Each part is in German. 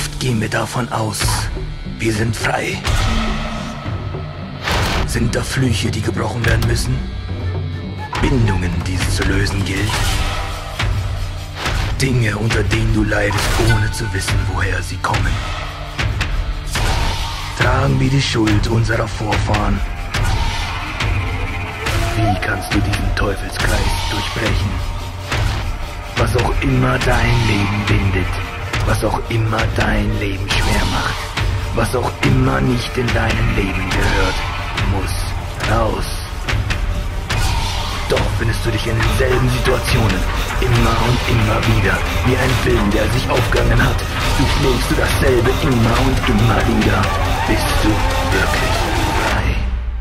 Oft gehen wir davon aus, wir sind frei. Sind da Flüche, die gebrochen werden müssen? Bindungen, die es zu lösen gilt? Dinge, unter denen du leidest, ohne zu wissen, woher sie kommen? Tragen wir die Schuld unserer Vorfahren? Wie kannst du diesen Teufelskreis durchbrechen? Was auch immer dein Leben bindet, was auch immer dein Leben schwer macht, was auch immer nicht in deinem Leben gehört, muss raus. Doch findest du dich in denselben Situationen, immer und immer wieder, wie ein Film, der sich aufgegangen hat, durchlebst du dasselbe immer und immer wieder, bist du wirklich frei.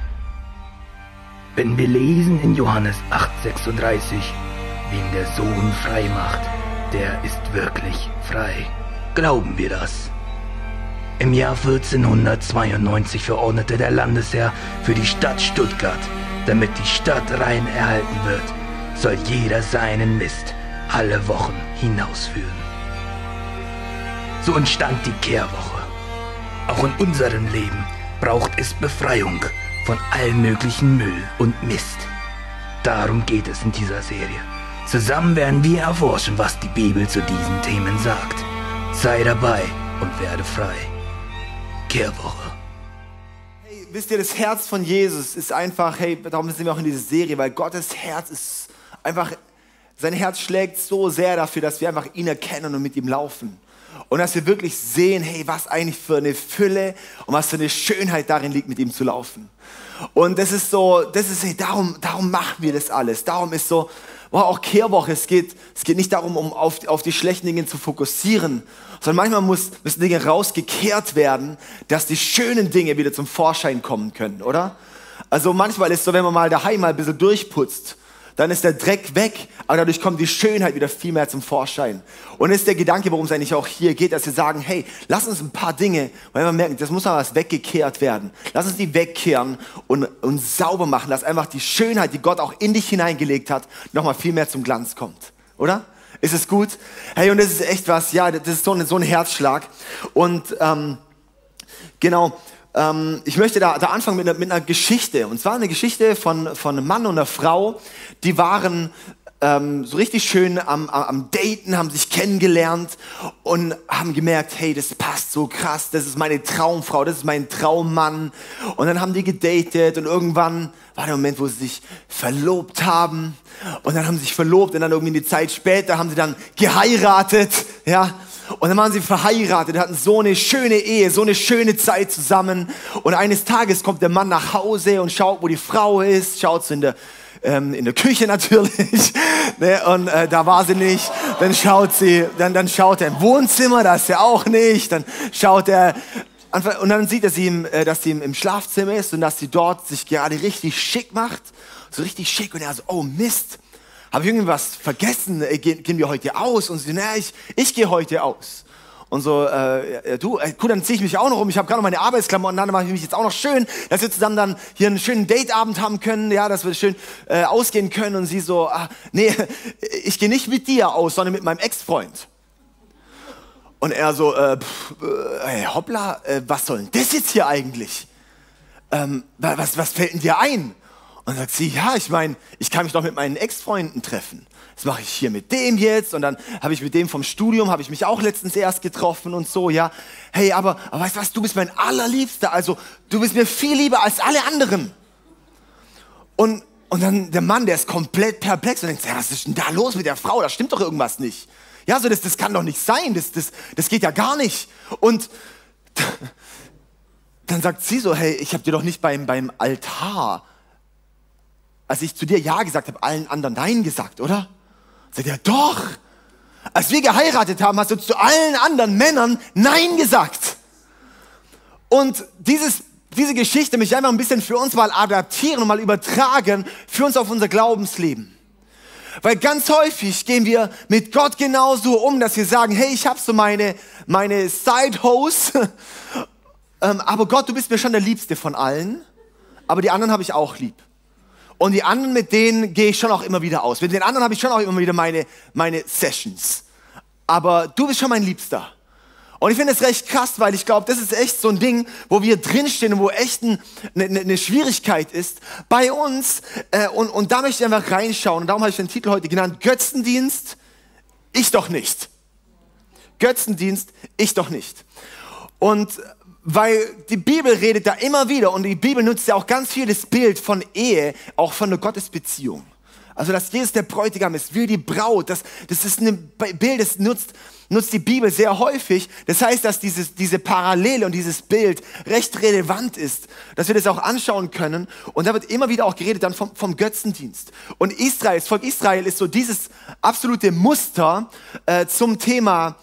Wenn wir lesen in Johannes 8,36, wen der Sohn frei macht, der ist wirklich frei. Glauben wir das? Im Jahr 1492 verordnete der Landesherr für die Stadt Stuttgart, damit die Stadt rein erhalten wird, soll jeder seinen Mist alle Wochen hinausführen. So entstand die Kehrwoche. Auch in unserem Leben braucht es Befreiung von allem möglichen Müll und Mist. Darum geht es in dieser Serie. Zusammen werden wir erforschen, was die Bibel zu diesen Themen sagt. Sei dabei und werde frei. Kehrwoche. Hey, wisst ihr, das Herz von Jesus ist einfach, hey, darum sind wir auch in dieser Serie, weil Gottes Herz ist einfach, sein Herz schlägt so sehr dafür, dass wir einfach ihn erkennen und mit ihm laufen. Und dass wir wirklich sehen, hey, was eigentlich für eine Fülle und was für eine Schönheit darin liegt, mit ihm zu laufen. Und das ist so, hey, darum machen wir das alles. Darum ist so, wow, auch Kehrwoche, es geht nicht darum, um auf die schlechten Dinge zu fokussieren, sondern manchmal müssen Dinge rausgekehrt werden, dass die schönen Dinge wieder zum Vorschein kommen können, oder? Also manchmal ist es so, wenn man mal daheim mal ein bisschen durchputzt, dann ist der Dreck weg, aber dadurch kommt die Schönheit wieder viel mehr zum Vorschein. Und das ist der Gedanke, worum es eigentlich auch hier geht, dass wir sagen, hey, lass uns ein paar Dinge, weil wir merken, das muss mal was weggekehrt werden. Lass uns die wegkehren und sauber machen, dass einfach die Schönheit, die Gott auch in dich hineingelegt hat, nochmal viel mehr zum Glanz kommt. Oder? Ist es gut? Hey, und das ist echt was, ja, das ist so ein Herzschlag. Und genau, ich möchte da anfangen mit einer Geschichte. Und zwar eine Geschichte von einem Mann und einer Frau, die waren so richtig schön am Daten, haben sich kennengelernt und haben gemerkt, hey, das passt so krass, das ist meine Traumfrau, das ist mein Traummann. Und dann haben die gedatet und irgendwann war der Moment, wo sie sich verlobt haben. Und dann haben sie sich verlobt und dann irgendwie eine Zeit später haben sie dann geheiratet, ja. Und dann waren sie verheiratet, hatten so eine schöne Ehe, so eine schöne Zeit zusammen. Und eines Tages kommt der Mann nach Hause und schaut, wo die Frau ist, schaut so in der Küche natürlich, ne? Und da war sie nicht. Dann schaut er im Wohnzimmer, da ist er auch nicht. Dann schaut er und dann sieht er dass sie im Schlafzimmer ist und dass sie dort sich gerade richtig schick macht, so richtig schick. Und er so, oh Mist. Habe ich irgendwas vergessen? Gehen wir heute aus? Und sie, naja, ich gehe heute aus. Und so, gut, dann ziehe ich mich auch noch um. Ich habe gerade noch meine Arbeitsklamotten an, dann mache ich mich jetzt auch noch schön, dass wir zusammen dann hier einen schönen Dateabend haben können, ja, dass wir schön ausgehen können. Und sie so, nee, ich gehe nicht mit dir aus, sondern mit meinem Ex-Freund. Und er so, hoppla, was soll denn das jetzt hier eigentlich? Was fällt denn dir ein? Und dann sagt sie, ja, ich meine, ich kann mich doch mit meinen Ex-Freunden treffen. Das mache ich hier mit dem jetzt und dann habe ich mit dem vom Studium, habe ich mich auch letztens erst getroffen und so, ja. Hey, aber weißt du was, du bist mein Allerliebster, also du bist mir viel lieber als alle anderen. Und dann der Mann, der ist komplett perplex und denkt, ja, was ist denn da los mit der Frau, da stimmt doch irgendwas nicht. Ja, so das kann doch nicht sein, das geht ja gar nicht. Und dann sagt sie so, hey, ich habe dir doch nicht beim Altar, als ich zu dir Ja gesagt habe, allen anderen Nein gesagt, oder? Sagt er, doch. Als wir geheiratet haben, hast du zu allen anderen Männern Nein gesagt. Und diese Geschichte möchte ich einfach ein bisschen für uns mal adaptieren und mal übertragen für uns auf unser Glaubensleben. Weil ganz häufig gehen wir mit Gott genauso um, dass wir sagen, hey, ich habe so meine Side-Hose, aber Gott, du bist mir schon der Liebste von allen, aber die anderen habe ich auch lieb. Und die anderen, mit denen gehe ich schon auch immer wieder aus. Mit den anderen habe ich schon auch immer wieder meine Sessions. Aber du bist schon mein Liebster. Und ich finde es recht krass, weil ich glaube, das ist echt so ein Ding, wo wir drinstehen und wo echt eine Schwierigkeit ist bei uns. Und da möchte ich einfach reinschauen. Und darum habe ich den Titel heute genannt, Götzendienst, ich doch nicht. Götzendienst, ich doch nicht. Und weil die Bibel redet da immer wieder und die Bibel nutzt ja auch ganz viel das Bild von Ehe, auch von einer Gottesbeziehung. Also, dass Jesus der Bräutigam ist, wir die Braut, das ist ein Bild, das nutzt die Bibel sehr häufig. Das heißt, dass diese Parallele und dieses Bild recht relevant ist, dass wir das auch anschauen können. Und da wird immer wieder auch geredet dann vom Götzendienst. Und Israel, das Volk Israel ist so dieses absolute Muster zum Thema,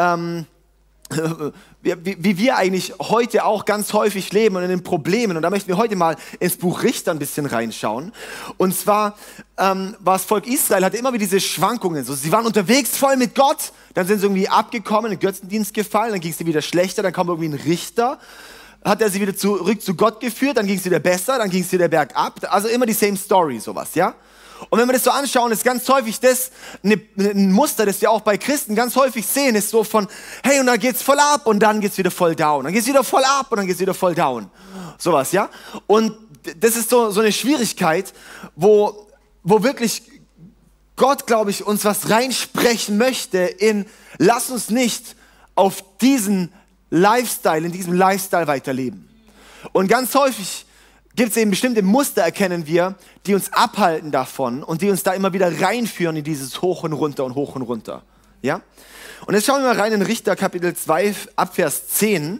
wie wir eigentlich heute auch ganz häufig leben und in den Problemen. Und da möchten wir heute mal ins Buch Richter ein bisschen reinschauen. Und zwar war das Volk Israel, hatte immer wieder diese Schwankungen. So, sie waren unterwegs voll mit Gott, dann sind sie irgendwie abgekommen, in den Götzendienst gefallen, dann ging es wieder schlechter, dann kam irgendwie ein Richter, hat er sie wieder zurück zu Gott geführt, dann ging es wieder besser, dann ging es wieder bergab. Also immer die same story, sowas, ja? Und wenn wir das so anschauen, ist ganz häufig das ein Muster, das wir auch bei Christen ganz häufig sehen, ist so von, hey, und dann geht's voll ab und dann geht's wieder voll down. Dann geht's wieder voll ab und dann geht's wieder voll down. Sowas, ja? Und das ist so eine Schwierigkeit, wo wirklich Gott, glaube ich, uns was reinsprechen möchte in, lass uns nicht auf diesen Lifestyle, in diesem Lifestyle weiterleben. Und ganz häufig gibt es eben bestimmte Muster, erkennen wir, die uns abhalten davon und die uns da immer wieder reinführen in dieses Hoch und runter und hoch und runter. Ja? Und jetzt schauen wir mal rein in Richter Kapitel 2 ab Vers 10.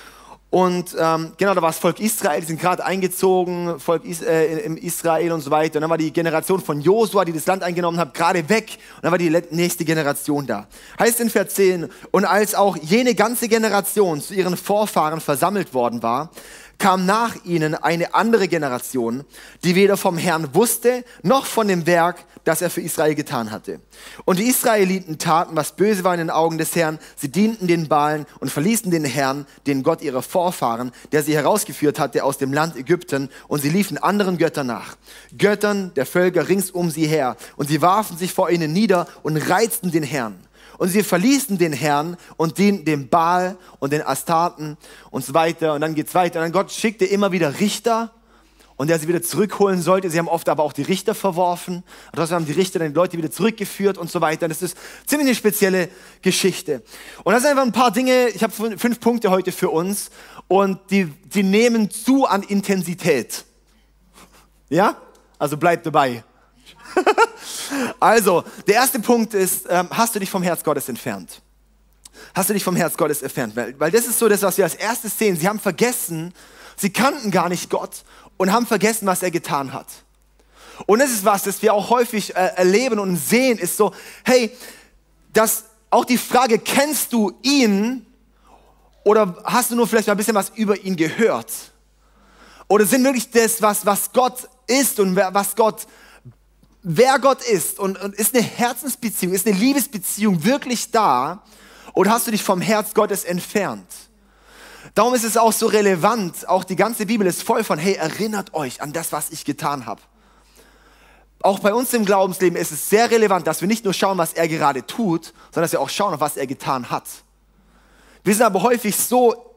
Und genau, da war das Volk Israel, die sind gerade eingezogen, im Israel und so weiter. Und dann war die Generation von Josua, die das Land eingenommen hat, gerade weg. Und dann war die nächste Generation da. Heißt in Vers 10, und als auch jene ganze Generation zu ihren Vorfahren versammelt worden war, kam nach ihnen eine andere Generation, die weder vom Herrn wusste, noch von dem Werk, das er für Israel getan hatte. Und die Israeliten taten, was böse war in den Augen des Herrn. Sie dienten den Baalen und verließen den Herrn, den Gott ihrer Vorfahren, der sie herausgeführt hatte aus dem Land Ägypten. Und sie liefen anderen Göttern nach, Göttern der Völker rings um sie her. Und sie warfen sich vor ihnen nieder und reizten den Herrn. Und sie verließen den Herrn und dienten dem Baal und den Astarten und so weiter. Und dann geht's weiter. Und dann Gott schickte immer wieder Richter, und der sie wieder zurückholen sollte. Sie haben oft aber auch die Richter verworfen. Und trotzdem haben die Richter dann die Leute wieder zurückgeführt und so weiter. Und das ist ziemlich eine spezielle Geschichte. Und das sind einfach ein paar Dinge, ich habe 5 Punkte heute für uns. Und die nehmen zu an Intensität. Ja? Also bleibt dabei. Also, der erste Punkt ist, hast du dich vom Herz Gottes entfernt? Hast du dich vom Herz Gottes entfernt? Weil das ist so das, was wir als erstes sehen. Sie haben vergessen, sie kannten gar nicht Gott und haben vergessen, was er getan hat. Und das ist was, das wir auch häufig erleben und sehen, ist so, hey, dass auch die Frage, kennst du ihn oder hast du nur vielleicht mal ein bisschen was über ihn gehört? Oder sind wirklich das, was Gott ist und wer Gott ist und ist eine Herzensbeziehung, ist eine Liebesbeziehung wirklich da oder hast du dich vom Herz Gottes entfernt? Darum ist es auch so relevant, auch die ganze Bibel ist voll von, hey, erinnert euch an das, was ich getan habe. Auch bei uns im Glaubensleben ist es sehr relevant, dass wir nicht nur schauen, was er gerade tut, sondern dass wir auch schauen, auf was er getan hat. Wir sind aber häufig so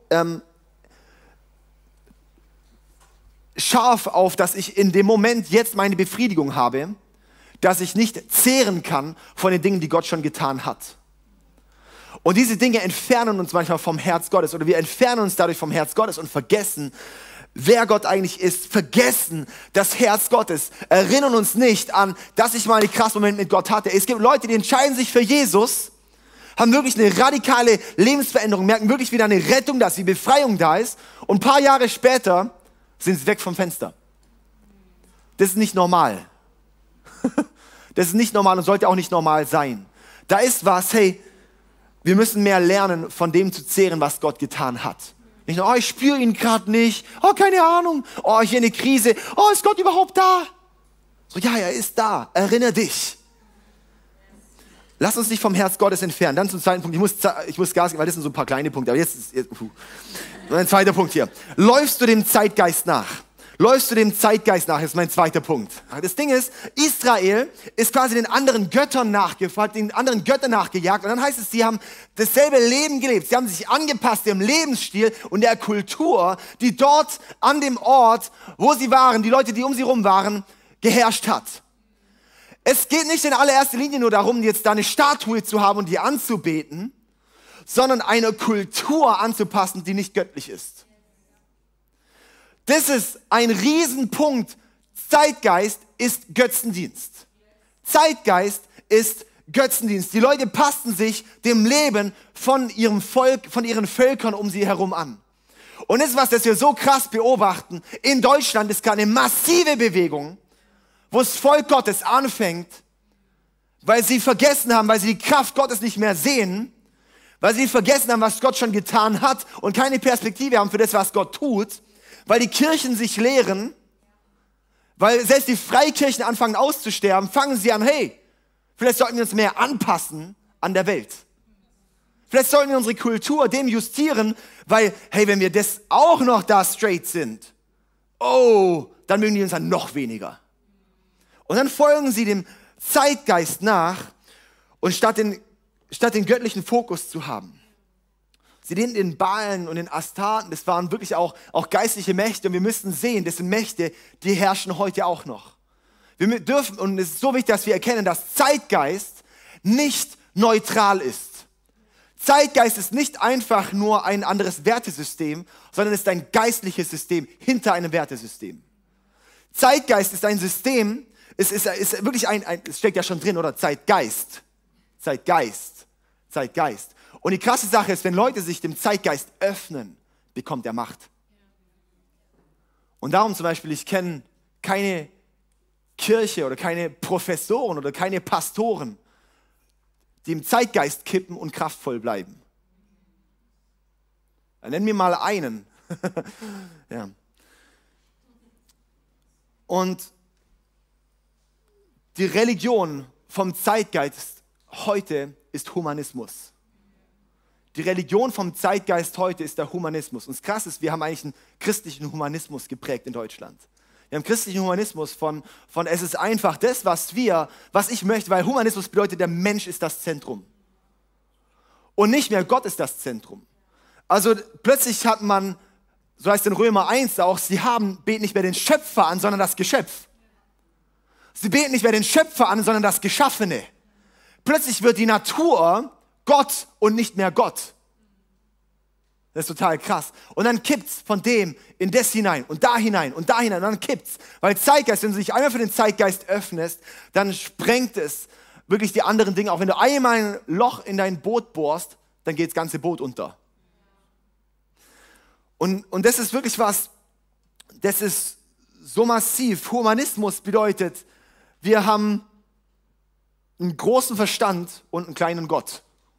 scharf auf, dass ich in dem Moment jetzt meine Befriedigung habe, dass ich nicht zehren kann von den Dingen, die Gott schon getan hat. Und diese Dinge entfernen uns manchmal vom Herz Gottes oder wir entfernen uns dadurch vom Herz Gottes und vergessen, wer Gott eigentlich ist, vergessen das Herz Gottes, erinnern uns nicht an, dass ich mal einen krassen Moment mit Gott hatte. Es gibt Leute, die entscheiden sich für Jesus, haben wirklich eine radikale Lebensveränderung, merken wirklich wieder eine Rettung, dass die Befreiung da ist und ein paar Jahre später sind sie weg vom Fenster. Das ist nicht normal. Das ist nicht normal und sollte auch nicht normal sein. Da ist was, hey, wir müssen mehr lernen, von dem zu zehren, was Gott getan hat. Nicht nur, oh, ich spüre ihn gerade nicht, oh, keine Ahnung, oh, hier eine Krise, oh, ist Gott überhaupt da? So, ja, er ist da, erinnere dich. Lass uns nicht vom Herz Gottes entfernen. Dann zum zweiten Punkt, ich muss Gas geben, weil das sind so ein paar kleine Punkte, aber jetzt ein zweiter Punkt hier. Läufst du dem Zeitgeist nach? Läufst du dem Zeitgeist nach, ist mein zweiter Punkt. Das Ding ist, Israel ist quasi den anderen Göttern nachgejagt und dann heißt es, sie haben dasselbe Leben gelebt. Sie haben sich angepasst dem Lebensstil und der Kultur, die dort an dem Ort, wo sie waren, die Leute, die um sie rum waren, geherrscht hat. Es geht nicht in allererster Linie nur darum, jetzt da eine Statue zu haben und die anzubeten, sondern eine Kultur anzupassen, die nicht göttlich ist. Das ist ein Riesenpunkt. Zeitgeist ist Götzendienst. Zeitgeist ist Götzendienst. Die Leute passten sich dem Leben von ihrem Volk, von ihren Völkern um sie herum an. Und das ist was, das wir so krass beobachten. In Deutschland ist gerade eine massive Bewegung, wo das Volk Gottes anfängt, weil sie vergessen haben, weil sie die Kraft Gottes nicht mehr sehen, weil sie vergessen haben, was Gott schon getan hat und keine Perspektive haben für das, was Gott tut, weil die Kirchen sich leeren, weil selbst die Freikirchen anfangen auszusterben, fangen sie an, hey, vielleicht sollten wir uns mehr anpassen an der Welt. Vielleicht sollten wir unsere Kultur dem justieren, weil, hey, wenn wir das auch noch da straight sind, oh, dann mögen die uns dann noch weniger. Und dann folgen sie dem Zeitgeist nach und statt den göttlichen Fokus zu haben. Sie dienten den Baalen und den Astarten, das waren wirklich auch geistliche Mächte und wir müssen sehen, das sind Mächte, die herrschen heute auch noch. Wir dürfen, und es ist so wichtig, dass wir erkennen, dass Zeitgeist nicht neutral ist. Zeitgeist ist nicht einfach nur ein anderes Wertesystem, sondern es ist ein geistliches System hinter einem Wertesystem. Zeitgeist ist ein System, es ist wirklich es steckt ja schon drin, oder? Zeitgeist. Und die krasse Sache ist, wenn Leute sich dem Zeitgeist öffnen, bekommt er Macht. Und darum zum Beispiel, ich kenne keine Kirche oder keine Professoren oder keine Pastoren, die im Zeitgeist kippen und kraftvoll bleiben. Nenn mir mal einen. Ja. Und die Religion vom Zeitgeist heute ist Humanismus. Die Religion vom Zeitgeist heute ist der Humanismus. Und das Krasse ist, wir haben eigentlich einen christlichen Humanismus geprägt in Deutschland. Wir haben christlichen Humanismus von es ist einfach das, was ich möchte, weil Humanismus bedeutet, der Mensch ist das Zentrum. Und nicht mehr Gott ist das Zentrum. Also plötzlich hat man, so heißt in Römer 1 auch, beten nicht mehr den Schöpfer an, sondern das Geschöpf. Sie beten nicht mehr den Schöpfer an, sondern das Geschaffene. Plötzlich wird die Natur Gott und nicht mehr Gott. Das ist total krass. Und dann kippt's von dem in das hinein und da hinein und da hinein und dann kippt's. Weil Zeitgeist, wenn du dich einmal für den Zeitgeist öffnest, dann sprengt es wirklich die anderen Dinge. Auch wenn du einmal ein Loch in dein Boot bohrst, dann geht das ganze Boot unter. Und das ist wirklich was, das ist so massiv. Humanismus bedeutet, wir haben einen großen Verstand und einen kleinen Gott.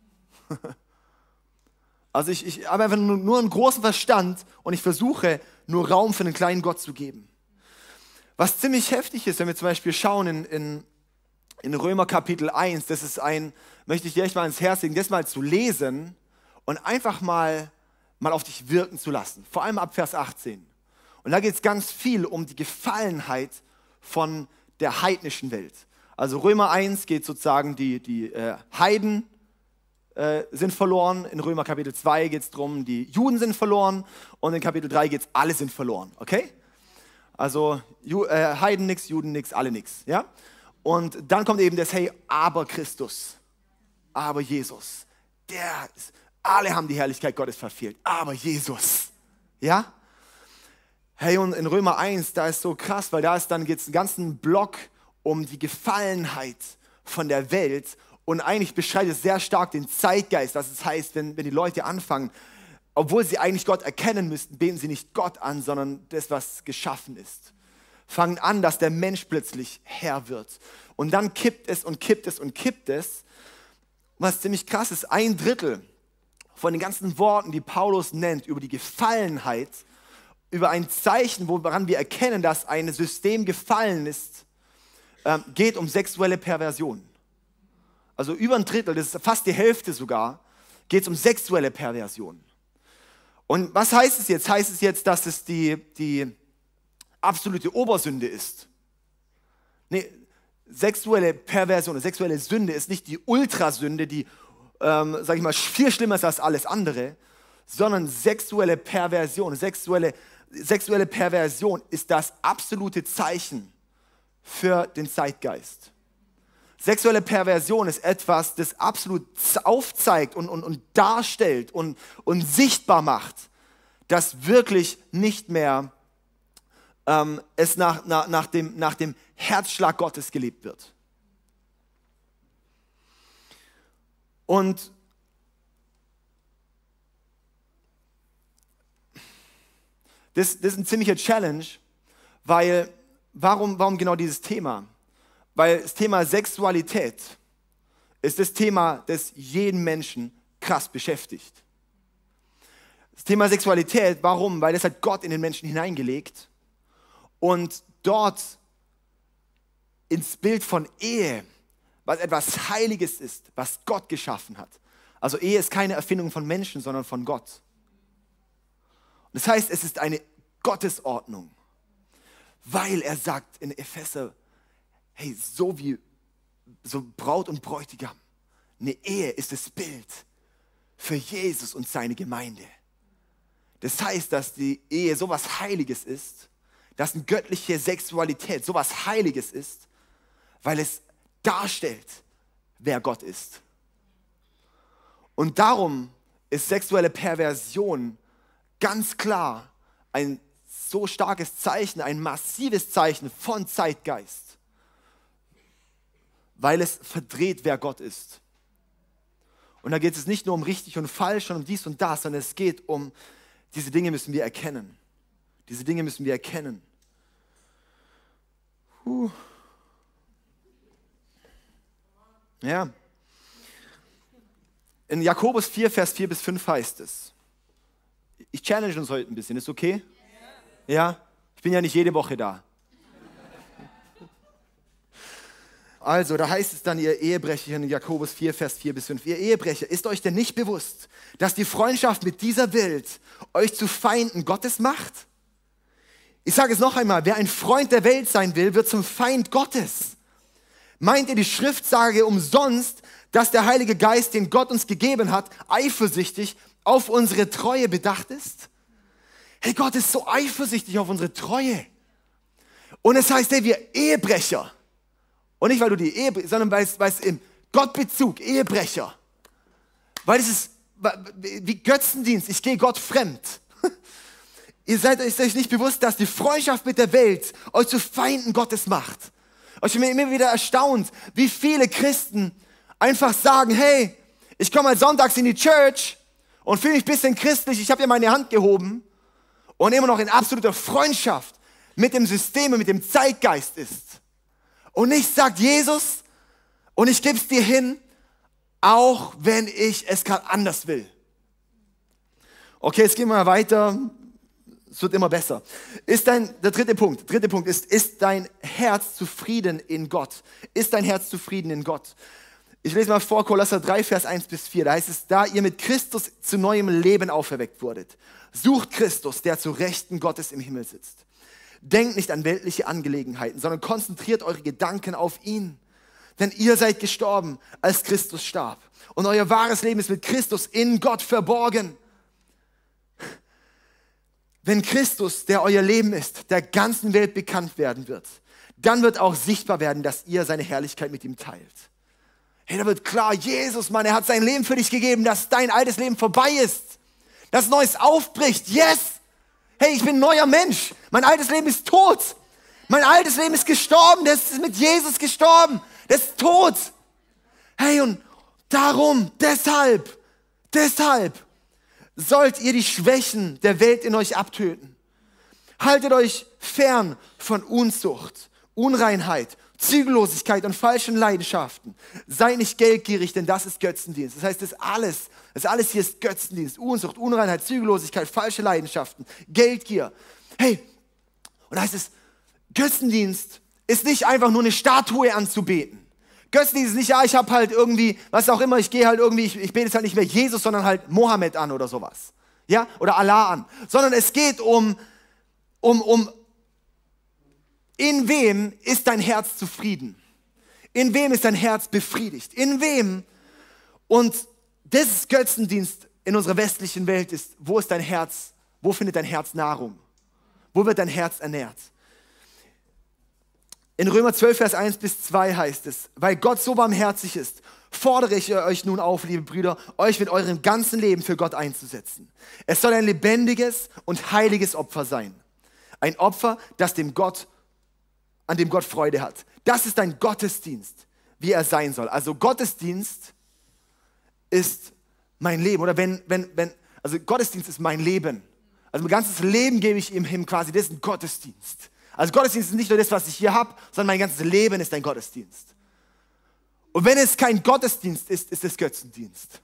Also ich habe einfach nur einen großen Verstand und ich versuche nur Raum für einen kleinen Gott zu geben. Was ziemlich heftig ist, wenn wir zum Beispiel schauen in Römer Kapitel 1, das ist möchte ich dir echt mal ins Herz legen, das mal zu lesen und einfach mal auf dich wirken zu lassen. Vor allem ab Vers 18. Und da geht es ganz viel um die Gefallenheit von der heidnischen Welt. Also Römer 1 geht sozusagen die Heiden sind verloren. In Römer Kapitel 2 geht es darum, die Juden sind verloren. Und in Kapitel 3 geht es, alle sind verloren. Okay? Also Heiden nix, Juden nix, alle nix. Ja? Und dann kommt eben das, hey, aber Christus, aber Jesus, alle haben die Herrlichkeit Gottes verfehlt, aber Jesus. Ja? Hey, und in Römer 1, da ist so krass, weil geht es einen ganzen Block um die Gefallenheit von der Welt. Und eigentlich beschreibt es sehr stark den Zeitgeist, was es heißt, wenn die Leute anfangen, obwohl sie eigentlich Gott erkennen müssten, beten sie nicht Gott an, sondern das, was geschaffen ist. Fangen an, dass der Mensch plötzlich Herr wird. Und dann kippt es und kippt es und kippt es. Was ziemlich krass ist, 1/3 von den ganzen Worten, die Paulus nennt, über die Gefallenheit, über ein Zeichen, woran wir erkennen, dass ein System gefallen ist, geht um sexuelle Perversion. Also über 1/3, das ist fast die Hälfte sogar, geht es um sexuelle Perversion. Und was heißt es jetzt? Heißt es jetzt, dass es die absolute Obersünde ist. Nee, sexuelle Perversion, sexuelle Sünde ist nicht die Ultrasünde, die, sag ich mal, viel schlimmer ist als alles andere, sondern sexuelle Perversion. Sexuelle Perversion ist das absolute Zeichen für den Zeitgeist. Sexuelle Perversion ist etwas, das absolut aufzeigt und darstellt und sichtbar macht, dass wirklich nicht mehr es nach dem Herzschlag Gottes gelebt wird. Und das ist ein ziemlicher Challenge, weil, warum genau dieses Thema? Weil das Thema Sexualität ist das Thema, das jeden Menschen krass beschäftigt. Das Thema Sexualität, warum? Weil das hat Gott in den Menschen hineingelegt und dort ins Bild von Ehe, was etwas Heiliges ist, was Gott geschaffen hat. Also Ehe ist keine Erfindung von Menschen, sondern von Gott. Das heißt, es ist eine Gottesordnung, weil er sagt in Epheser, hey, so Braut und Bräutigam, eine Ehe ist das Bild für Jesus und seine Gemeinde. Das heißt, dass die Ehe sowas Heiliges ist, dass eine göttliche Sexualität sowas Heiliges ist, weil es darstellt, wer Gott ist. Und darum ist sexuelle Perversion ganz klar ein so starkes Zeichen, ein massives Zeichen von Zeitgeist, weil es verdreht, wer Gott ist. Und da geht es nicht nur um richtig und falsch und um dies und das, sondern es geht um, diese Dinge müssen wir erkennen. Diese Dinge müssen wir erkennen. Ja. In Jakobus 4, Vers 4 bis 5 heißt es, ich challenge uns heute ein bisschen, ist okay? Ja? Ich bin ja nicht jede Woche da. Also, da heißt es dann, ihr Ehebrecher in Jakobus 4, Vers 4 bis 5. Ihr Ehebrecher, ist euch denn nicht bewusst, dass die Freundschaft mit dieser Welt euch zu Feinden Gottes macht? Ich sage es noch einmal, wer ein Freund der Welt sein will, wird zum Feind Gottes. Meint ihr, die Schrift sage umsonst, dass der Heilige Geist, den Gott uns gegeben hat, eifersüchtig auf unsere Treue bedacht ist? Hey, Gott ist so eifersüchtig auf unsere Treue. Und es heißt, hey, wir Ehebrecher. Und nicht, weil du die Ehe, sondern weil es im Gottbezug, Ehebrecher. Weil es ist wie Götzendienst, ich gehe Gott fremd. Ihr seid euch nicht bewusst, dass die Freundschaft mit der Welt euch zu Feinden Gottes macht. Und ich bin immer wieder erstaunt, wie viele Christen einfach sagen, hey, ich komme mal sonntags in die Church und fühle mich ein bisschen christlich, ich habe ja meine Hand gehoben und immer noch in absoluter Freundschaft mit dem System und mit dem Zeitgeist ist. Und nicht sagt Jesus, und ich gebe es dir hin, auch wenn ich es gerade anders will. Okay, jetzt gehen wir mal weiter. Es wird immer besser. Der dritte Punkt ist dein Herz zufrieden in Gott? Ist dein Herz zufrieden in Gott? Ich lese mal vor, Kolosser 3, Vers 1 bis 4. Da heißt es, da ihr mit Christus zu neuem Leben auferweckt wurdet, sucht Christus, der zu Rechten Gottes im Himmel sitzt. Denkt nicht an weltliche Angelegenheiten, sondern konzentriert eure Gedanken auf ihn. Denn ihr seid gestorben, als Christus starb. Und euer wahres Leben ist mit Christus in Gott verborgen. Wenn Christus, der euer Leben ist, der ganzen Welt bekannt werden wird, dann wird auch sichtbar werden, dass ihr seine Herrlichkeit mit ihm teilt. Hey, da wird klar, Jesus, Mann, er hat sein Leben für dich gegeben, dass dein altes Leben vorbei ist. Dass Neues aufbricht, yes! Hey, ich bin ein neuer Mensch. Mein altes Leben ist tot. Mein altes Leben ist gestorben. Das ist mit Jesus gestorben. Das ist tot. Hey, und darum, deshalb sollt ihr die Schwächen der Welt in euch abtöten. Haltet euch fern von Unzucht, Unreinheit, Zügellosigkeit und falschen Leidenschaften. Seid nicht geldgierig, denn das ist Götzendienst. Das heißt, das alles hier ist Götzendienst. Unzucht, Unreinheit, Zügellosigkeit, falsche Leidenschaften, Geldgier. Hey, und da heißt es, Götzendienst ist nicht einfach nur eine Statue anzubeten. Götzendienst ist nicht, ja, ich habe halt irgendwie, was auch immer, ich gehe halt irgendwie, ich bete jetzt halt nicht mehr Jesus, sondern halt Mohammed an oder sowas. Ja, oder Allah an. Sondern es geht um In wem ist dein Herz zufrieden? In wem ist dein Herz befriedigt? In wem? Und das ist Götzendienst in unserer westlichen Welt ist, wo ist dein Herz? Wo findet dein Herz Nahrung? Wo wird dein Herz ernährt? In Römer 12, Vers 1 bis 2 heißt es, weil Gott so barmherzig ist, fordere ich euch nun auf, liebe Brüder, euch mit eurem ganzen Leben für Gott einzusetzen. Es soll ein lebendiges und heiliges Opfer sein. Ein Opfer, an dem Gott Freude hat. Das ist ein Gottesdienst, wie er sein soll. Also Gottesdienst ist mein Leben. Oder also Gottesdienst ist mein Leben. Also mein ganzes Leben gebe ich ihm hin quasi. Das ist ein Gottesdienst. Also Gottesdienst ist nicht nur das, was ich hier habe, sondern mein ganzes Leben ist ein Gottesdienst. Und wenn es kein Gottesdienst ist, ist es Götzendienst.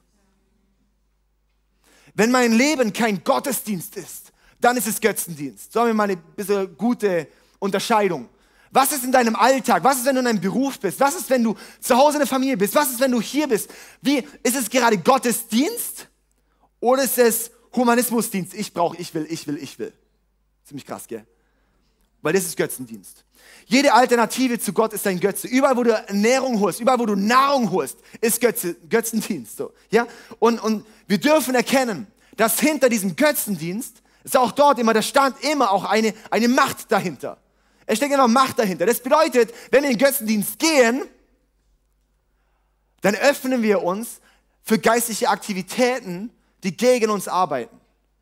Wenn mein Leben kein Gottesdienst ist, dann ist es Götzendienst. So haben wir mal eine bisschen gute Unterscheidung. Was ist in deinem Alltag? Was ist, wenn du in einem Beruf bist? Was ist, wenn du zu Hause in der Familie bist? Was ist, wenn du hier bist? Ist es gerade Gottesdienst oder ist es Humanismusdienst? Ich brauche, ich will. Ziemlich krass, gell? Weil das ist Götzendienst. Jede Alternative zu Gott ist ein Götze. Überall, wo du Ernährung holst, überall, wo du Nahrung holst, ist Götzendienst. So, ja? Und wir dürfen erkennen, dass hinter diesem Götzendienst ist auch dort immer, da stand immer auch eine Macht dahinter. Es steckt immer Macht dahinter. Das bedeutet, wenn wir in den Götzendienst gehen, dann öffnen wir uns für geistliche Aktivitäten, die gegen uns arbeiten.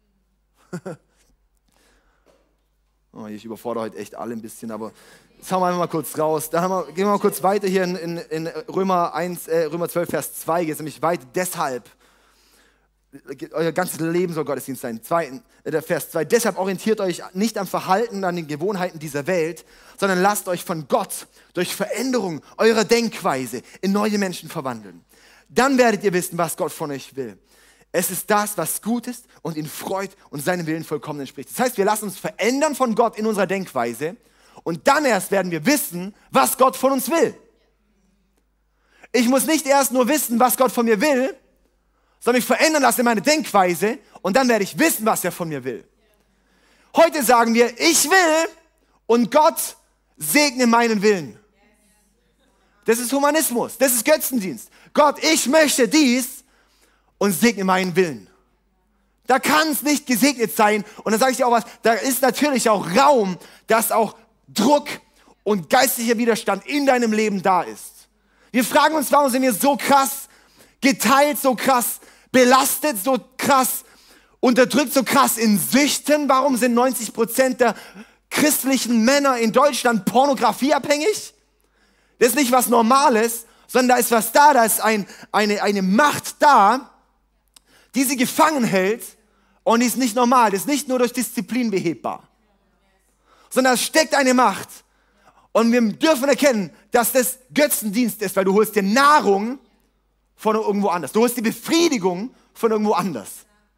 Oh, ich überfordere heute echt alle ein bisschen, aber jetzt hauen wir einfach mal kurz raus. Gehen wir mal kurz weiter hier in Römer 12, Vers 2, geht es nämlich weiter. Deshalb, euer ganzes Leben soll Gottesdienst sein. Vers 2, deshalb orientiert euch nicht am Verhalten, an den Gewohnheiten dieser Welt, sondern lasst euch von Gott durch Veränderung eurer Denkweise in neue Menschen verwandeln. Dann werdet ihr wissen, was Gott von euch will. Es ist das, was gut ist und ihn freut und seinem Willen vollkommen entspricht. Das heißt, wir lassen uns verändern von Gott in unserer Denkweise und dann erst werden wir wissen, was Gott von uns will. Ich muss nicht erst nur wissen, was Gott von mir will, sondern mich verändern lassen in meine Denkweise und dann werde ich wissen, was er von mir will. Heute sagen wir, ich will und Gott segne meinen Willen. Das ist Humanismus, das ist Götzendienst. Gott, ich möchte dies und segne meinen Willen. Da kann es nicht gesegnet sein. Und dann sage ich dir auch was, da ist natürlich auch Raum, dass auch Druck und geistlicher Widerstand in deinem Leben da ist. Wir fragen uns, warum sind wir so krass geteilt, so krass belastet, so krass unterdrückt, so krass in Süchten? Warum sind 90% der christlichen Männer in Deutschland pornografieabhängig? Das ist nicht was Normales, sondern da ist was da ist eine Macht da, die sie gefangen hält und die ist nicht normal. Das ist nicht nur durch Disziplin behebbar, sondern es steckt eine Macht und wir dürfen erkennen, dass das Götzendienst ist, weil du holst dir Nahrung von irgendwo anders. Du holst die Befriedigung von irgendwo anders.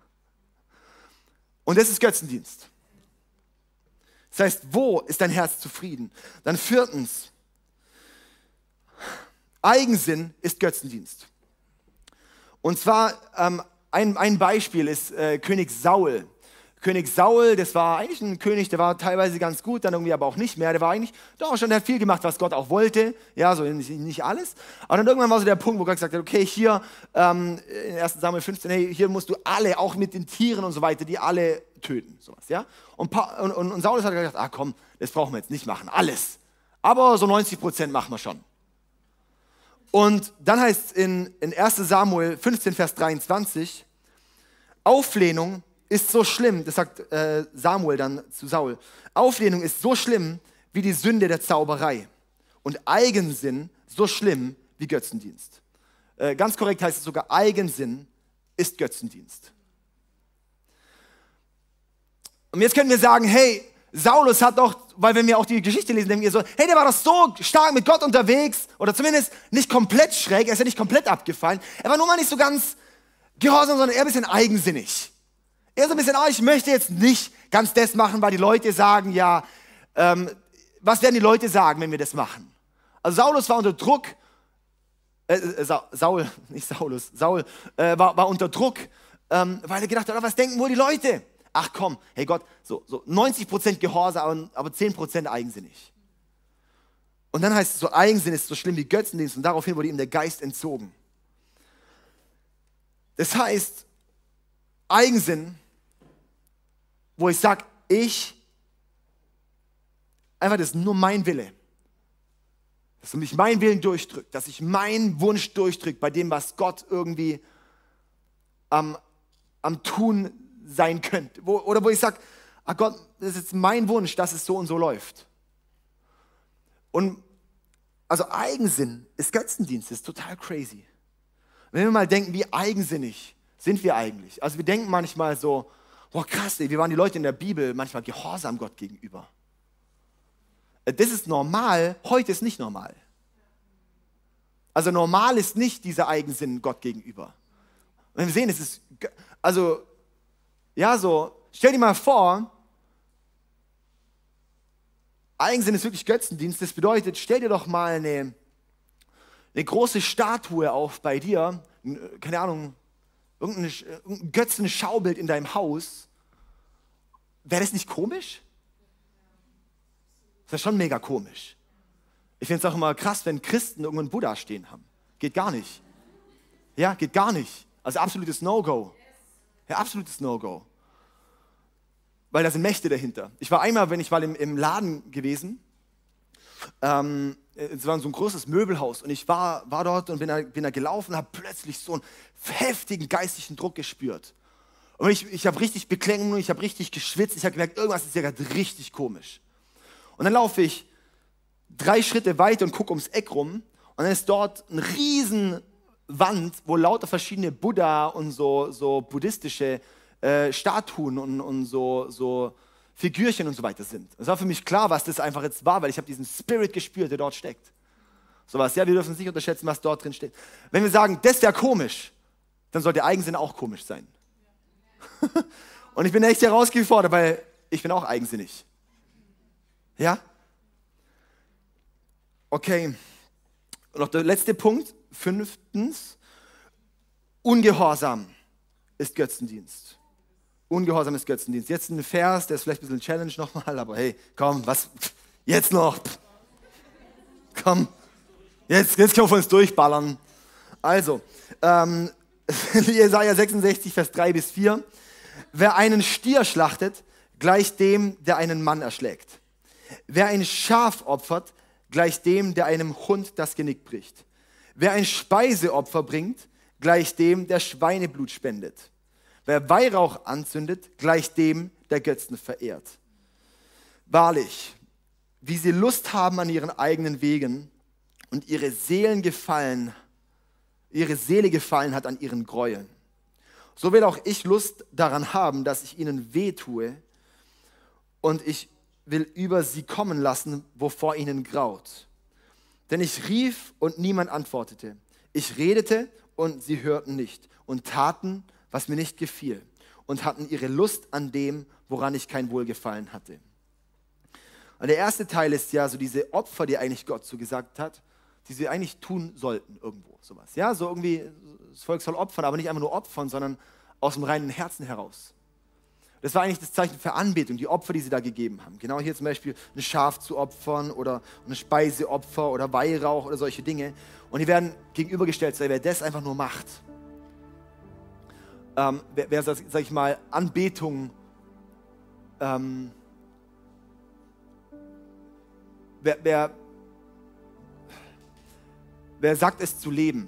Und das ist Götzendienst. Das heißt, wo ist dein Herz zufrieden? Dann 4. Eigensinn ist Götzendienst. Und zwar ein Beispiel ist König Saul. König Saul, das war eigentlich ein König, der war teilweise ganz gut, dann irgendwie aber auch nicht mehr. Der war eigentlich doch schon, der hat viel gemacht, was Gott auch wollte. Ja, so nicht alles. Aber dann irgendwann war so der Punkt, wo Gott gesagt hat, okay, hier in 1. Samuel 15, hey, hier musst du alle, auch mit den Tieren und so weiter, die alle töten. Sowas, ja? Und Saul hat gesagt, komm, das brauchen wir jetzt nicht machen, alles. Aber so 90% machen wir schon. Und dann heißt es in 1. Samuel 15, Vers 23, Auflehnung ist so schlimm, das sagt Samuel dann zu Saul, Auflehnung ist so schlimm wie die Sünde der Zauberei und Eigensinn so schlimm wie Götzendienst. Ganz korrekt heißt es sogar, Eigensinn ist Götzendienst. Und jetzt können wir sagen, hey, Saulus hat doch, weil wenn wir auch die Geschichte lesen, denken wir so, hey, der war doch so stark mit Gott unterwegs, oder zumindest nicht komplett schräg, er ist ja nicht komplett abgefallen, er war nur mal nicht so ganz gehorsam, sondern eher ein bisschen eigensinnig. Er ist ein bisschen, ich möchte jetzt nicht ganz das machen, weil die Leute sagen, ja, was werden die Leute sagen, wenn wir das machen? Also Saulus war unter Druck, Saul war unter Druck, weil er gedacht hat, was denken wohl die Leute? Ach komm, hey Gott, so 90% Gehorsam, aber 10% eigensinnig. Und dann heißt es so, Eigensinn ist so schlimm wie Götzendienst und daraufhin wurde ihm der Geist entzogen. Das heißt, Eigensinn, wo ich sage, einfach das ist nur mein Wille. Dass mich mein Willen durchdrückt, dass ich meinen Wunsch durchdrückt bei dem, was Gott irgendwie am Tun sein könnte. Oder wo ich sage, Gott, das ist jetzt mein Wunsch, dass es so und so läuft. Und also Eigensinn ist Götzendienst, ist total crazy. Wenn wir mal denken, wie eigensinnig sind wir eigentlich? Also wir denken manchmal so, boah krass, wie waren die Leute in der Bibel manchmal gehorsam Gott gegenüber. Das ist normal, heute ist nicht normal. Also normal ist nicht dieser Eigensinn Gott gegenüber. Wenn wir sehen, es ist, also, ja so, stell dir mal vor, Eigensinn ist wirklich Götzendienst. Das bedeutet, stell dir doch mal eine große Statue auf bei dir, keine Ahnung, irgendein Götzenschaubild in deinem Haus. Wäre das nicht komisch? Das ist schon mega komisch. Ich finde es auch immer krass, wenn Christen irgendeinen Buddha stehen haben. Geht gar nicht. Ja, geht gar nicht. Also absolutes No-Go. Ja, absolutes No-Go. Weil da sind Mächte dahinter. Ich war einmal, wenn ich mal im Laden gewesen, es war so ein großes Möbelhaus und ich war dort und bin da gelaufen und habe plötzlich so einen heftigen geistigen Druck gespürt. Und ich habe richtig Beklemmung, ich habe richtig geschwitzt, ich habe gemerkt, irgendwas ist ja gerade richtig komisch. Und dann laufe ich 3 Schritte weiter und gucke ums Eck rum und dann ist dort eine riesen Wand, wo lauter verschiedene Buddha und so buddhistische Statuen und so Figürchen und so weiter sind. Es war für mich klar, was das einfach jetzt war, weil ich habe diesen Spirit gespürt, der dort steckt. Sowas, ja, wir dürfen es nicht unterschätzen, was dort drin steht. Wenn wir sagen, das wäre komisch, dann sollte der Eigensinn auch komisch sein. Und ich bin echt herausgefordert, weil ich bin auch eigensinnig. Ja? Okay. Und noch der letzte Punkt, 5. Ungehorsam ist Götzendienst. Ungehorsam ist Götzendienst. Jetzt ein Vers, der ist vielleicht ein bisschen Challenge nochmal, aber hey, komm, was, jetzt noch. Komm, jetzt können wir uns durchballern. Also, Jesaja 66, Vers 3-4. Wer einen Stier schlachtet, gleich dem, der einen Mann erschlägt. Wer ein Schaf opfert, gleich dem, der einem Hund das Genick bricht. Wer ein Speiseopfer bringt, gleich dem, der Schweineblut spendet. Wer Weihrauch anzündet, gleich dem, der Götzen verehrt. Wahrlich, wie sie Lust haben an ihren eigenen Wegen und ihre Seele gefallen hat an ihren Gräueln. So will auch ich Lust daran haben, dass ich ihnen wehtue und ich will über sie kommen lassen, wovor ihnen graut. Denn ich rief und niemand antwortete. Ich redete und sie hörten nicht und taten, was mir nicht gefiel und hatten ihre Lust an dem, woran ich kein Wohlgefallen hatte. Und der erste Teil ist ja so diese Opfer, die eigentlich Gott zugesagt hat, die sie eigentlich tun sollten irgendwo, sowas. Ja, so irgendwie, das Volk soll opfern, aber nicht einfach nur opfern, sondern aus dem reinen Herzen heraus. Das war eigentlich das Zeichen für Anbetung, die Opfer, die sie da gegeben haben. Genau hier zum Beispiel ein Schaf zu opfern oder ein Speiseopfer oder Weihrauch oder solche Dinge. Und die werden gegenübergestellt, wer das einfach nur macht. Wer sag ich mal, Anbetung, wer sagt es zu leben,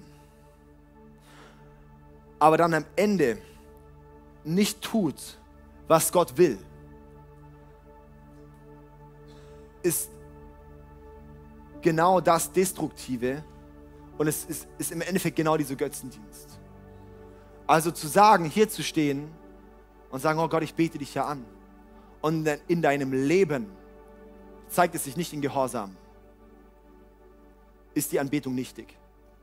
aber dann am Ende nicht tut, was Gott will, ist genau das Destruktive und es ist im Endeffekt genau dieser Götzendienst. Also zu sagen, hier zu stehen und sagen, oh Gott, ich bete dich ja an. Und in deinem Leben zeigt es sich nicht in Gehorsam. Ist die Anbetung nichtig.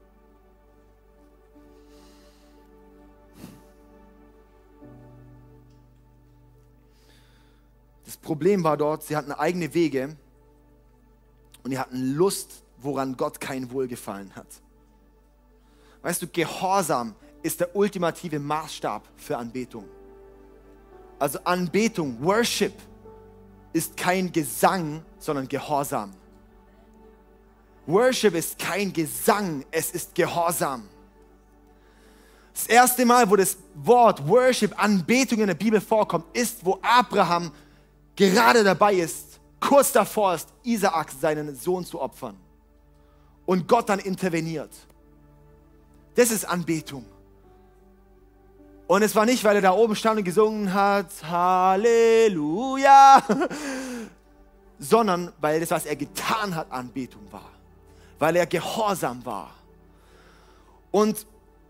Das Problem war dort, sie hatten eigene Wege und die hatten Lust, woran Gott kein Wohlgefallen hat. Weißt du, Gehorsam ist der ultimative Maßstab für Anbetung. Also Anbetung, Worship, ist kein Gesang, sondern Gehorsam. Worship ist kein Gesang, es ist Gehorsam. Das erste Mal, wo das Wort Worship, Anbetung in der Bibel vorkommt, ist, wo Abraham gerade dabei ist, kurz davor ist, Isaak, seinen Sohn, zu opfern. Und Gott dann interveniert. Das ist Anbetung. Und es war nicht, weil er da oben stand und gesungen hat, Halleluja, sondern weil das, was er getan hat, Anbetung war. Weil er gehorsam war. Und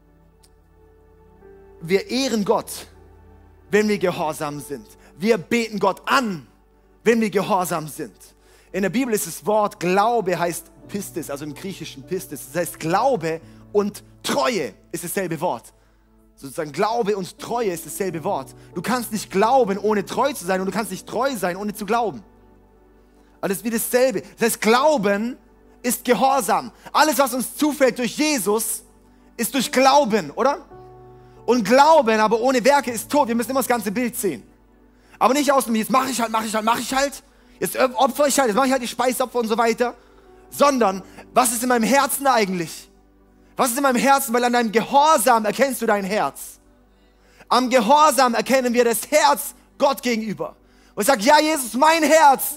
wir ehren Gott, wenn wir gehorsam sind. Wir beten Gott an, wenn wir gehorsam sind. In der Bibel ist das Wort Glaube heißt Pistis, also im Griechischen Pistis. Das heißt Glaube und Treue ist dasselbe Wort. Sozusagen Glaube und Treue ist dasselbe Wort. Du kannst nicht glauben, ohne treu zu sein, und du kannst nicht treu sein, ohne zu glauben. Aber das ist wie dasselbe. Das heißt, Glauben ist Gehorsam. Alles, was uns zufällt durch Jesus, ist durch Glauben, oder? Und Glauben, aber ohne Werke, ist tot. Wir müssen immer das ganze Bild sehen. Aber nicht aus dem, jetzt mache ich halt. Jetzt opfere ich halt, jetzt mache ich halt die Speisopfer und so weiter. Sondern, was ist in meinem Herzen eigentlich? Was ist in meinem Herzen? Weil an deinem Gehorsam erkennst du dein Herz. Am Gehorsam erkennen wir das Herz Gott gegenüber. Und ich sage, ja Jesus, mein Herz.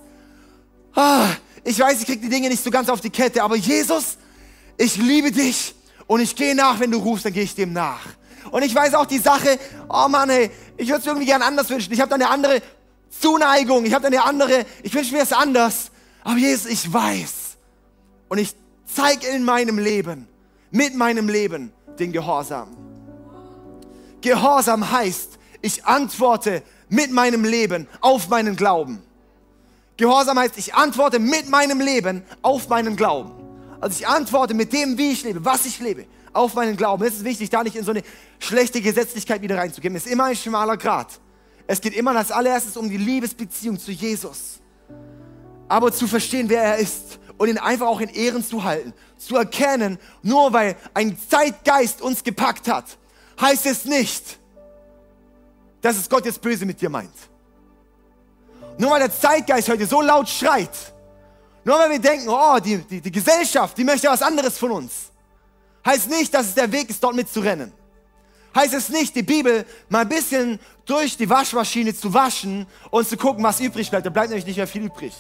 Ich weiß, ich kriege die Dinge nicht so ganz auf die Kette, aber Jesus, ich liebe dich und ich gehe nach, wenn du rufst, dann gehe ich dem nach. Und ich weiß auch die Sache, oh Mann, hey, ich würde es irgendwie gern anders wünschen. Ich habe da eine andere Zuneigung, ich wünsche mir es anders. Aber Jesus, ich weiß. Und ich zeige in meinem Leben, mit meinem Leben, den Gehorsam. Gehorsam heißt, ich antworte mit meinem Leben auf meinen Glauben. Gehorsam heißt, ich antworte mit meinem Leben auf meinen Glauben. Also ich antworte mit dem, wie ich lebe, was ich lebe, auf meinen Glauben. Es ist wichtig, da nicht in so eine schlechte Gesetzlichkeit wieder reinzugehen. Es ist immer ein schmaler Grat. Es geht immer als allererstes um die Liebesbeziehung zu Jesus. Aber zu verstehen, wer er ist und ihn einfach auch in Ehren zu halten. Zu erkennen, nur weil ein Zeitgeist uns gepackt hat, heißt es nicht, dass es Gott jetzt böse mit dir meint. Nur weil der Zeitgeist heute so laut schreit, nur weil wir denken, oh, die Gesellschaft, die möchte was anderes von uns, heißt nicht, dass es der Weg ist, dort mitzurennen. Heißt es nicht, die Bibel mal ein bisschen durch die Waschmaschine zu waschen und zu gucken, was übrig bleibt. Da bleibt nämlich nicht mehr viel übrig.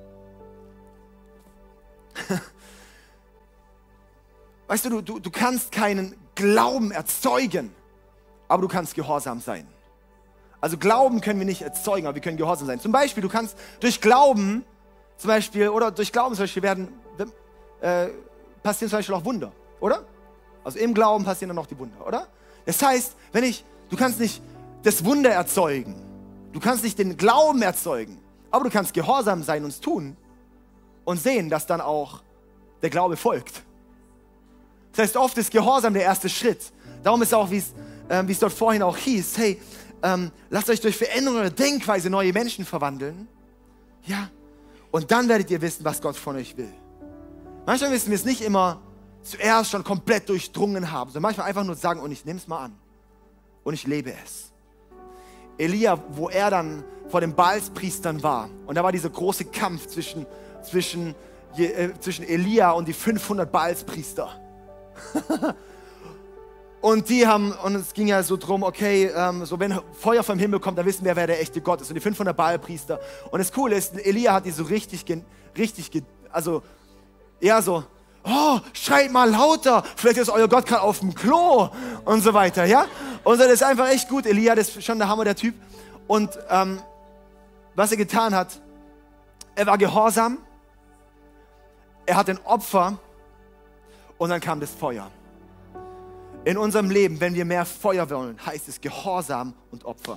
Weißt du, du kannst keinen Glauben erzeugen, aber du kannst gehorsam sein. Also Glauben können wir nicht erzeugen, aber wir können gehorsam sein. Zum Beispiel, du kannst durch Glauben passieren zum Beispiel auch Wunder, oder? Also im Glauben passieren dann noch die Wunder, oder? Das heißt, du kannst nicht das Wunder erzeugen, du kannst nicht den Glauben erzeugen, aber du kannst gehorsam sein und es tun und sehen, dass dann auch der Glaube folgt. Das heißt, oft ist Gehorsam der erste Schritt. Darum ist auch, wie es dort vorhin auch hieß, hey, lasst euch durch Veränderung der Denkweise neue Menschen verwandeln. Ja, und dann werdet ihr wissen, was Gott von euch will. Manchmal müssen wir es nicht immer zuerst schon komplett durchdrungen haben, sondern manchmal einfach nur sagen, und ich nehme es mal an. Und ich lebe es. Elia, wo er dann vor den Baalspriestern war, und da war dieser große Kampf zwischen Elia und die 500 Baalspriester. Und es ging ja so drum, okay, so wenn Feuer vom Himmel kommt, dann wissen wir, wer der echte Gott ist. Und die 500 Baalpriester. Und das Coole ist, Elia hat die so oh, schreit mal lauter, vielleicht ist euer Gott gerade auf dem Klo und so weiter, ja? Und so, das ist einfach echt gut. Elia, das ist schon der Hammer, der Typ. Und was er getan hat, er war gehorsam, er hat ein Opfer und dann kam das Feuer. In unserem Leben, wenn wir mehr Feuer wollen, heißt es Gehorsam und Opfer.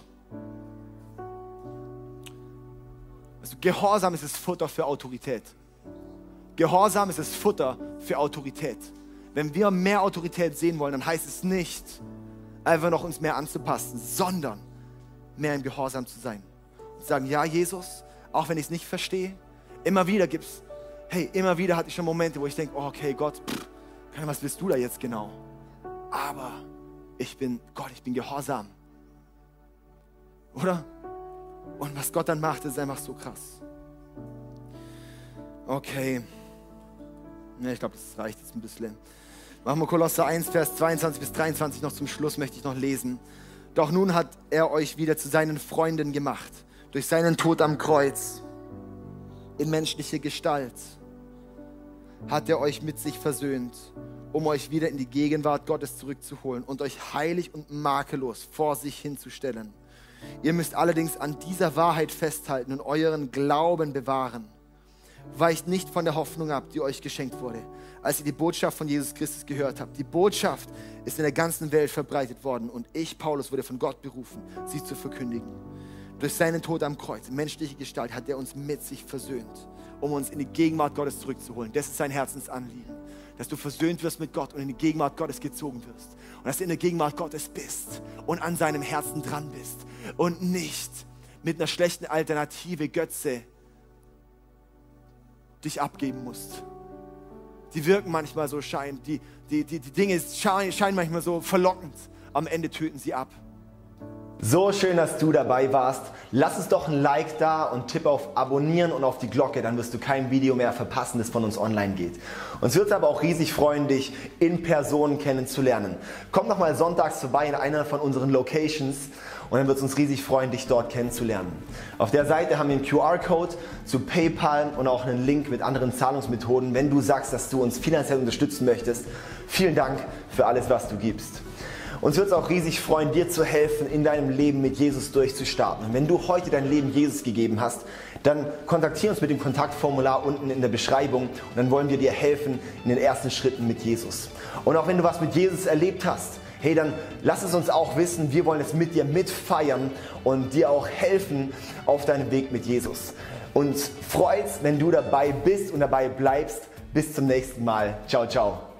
Also Gehorsam ist das Futter für Autorität. Gehorsam ist das Futter für Autorität. Wenn wir mehr Autorität sehen wollen, dann heißt es nicht, einfach noch uns mehr anzupassen, sondern mehr im Gehorsam zu sein. Und sagen, ja Jesus, auch wenn ich es nicht verstehe, immer wieder hatte ich schon Momente, wo ich denke, oh, okay Gott, was willst du da jetzt genau? Aber ich bin gehorsam. Oder? Und was Gott dann macht, ist einfach so krass. Okay. Ne, ich glaube, das reicht jetzt ein bisschen. Machen wir Kolosser 1, Vers 22 bis 23 noch zum Schluss, möchte ich noch lesen. Doch nun hat er euch wieder zu seinen Freunden gemacht, durch seinen Tod am Kreuz. In menschlicher Gestalt hat er euch mit sich versöhnt, um euch wieder in die Gegenwart Gottes zurückzuholen und euch heilig und makellos vor sich hinzustellen. Ihr müsst allerdings an dieser Wahrheit festhalten und euren Glauben bewahren. Weicht nicht von der Hoffnung ab, die euch geschenkt wurde, als ihr die Botschaft von Jesus Christus gehört habt. Die Botschaft ist in der ganzen Welt verbreitet worden und ich, Paulus, wurde von Gott berufen, sie zu verkündigen. Durch seinen Tod am Kreuz, in menschlicher Gestalt, hat er uns mit sich versöhnt, um uns in die Gegenwart Gottes zurückzuholen. Das ist sein Herzensanliegen, dass du versöhnt wirst mit Gott und in die Gegenwart Gottes gezogen wirst. Und dass du in der Gegenwart Gottes bist und an seinem Herzen dran bist und nicht mit einer schlechten Alternative Götze dich abgeben musst. Die wirken manchmal so die Dinge scheinen manchmal so verlockend. Am Ende töten sie ab. So schön, dass du dabei warst. Lass uns doch ein Like da und tipp auf Abonnieren und auf die Glocke, dann wirst du kein Video mehr verpassen, das von uns online geht. Uns wird es aber auch riesig freuen, dich in Person kennenzulernen. Komm noch mal sonntags vorbei in einer von unseren Locations und dann wird es uns riesig freuen, dich dort kennenzulernen. Auf der Seite haben wir einen QR-Code zu PayPal und auch einen Link mit anderen Zahlungsmethoden, wenn du sagst, dass du uns finanziell unterstützen möchtest. Vielen Dank für alles, was du gibst. Uns wird es auch riesig freuen, dir zu helfen, in deinem Leben mit Jesus durchzustarten. Und wenn du heute dein Leben Jesus gegeben hast, dann kontaktiere uns mit dem Kontaktformular unten in der Beschreibung und dann wollen wir dir helfen in den ersten Schritten mit Jesus. Und auch wenn du was mit Jesus erlebt hast, hey, dann lass es uns auch wissen, wir wollen es mit dir mitfeiern und dir auch helfen auf deinem Weg mit Jesus. Uns freut's, wenn du dabei bist und dabei bleibst. Bis zum nächsten Mal. Ciao, ciao.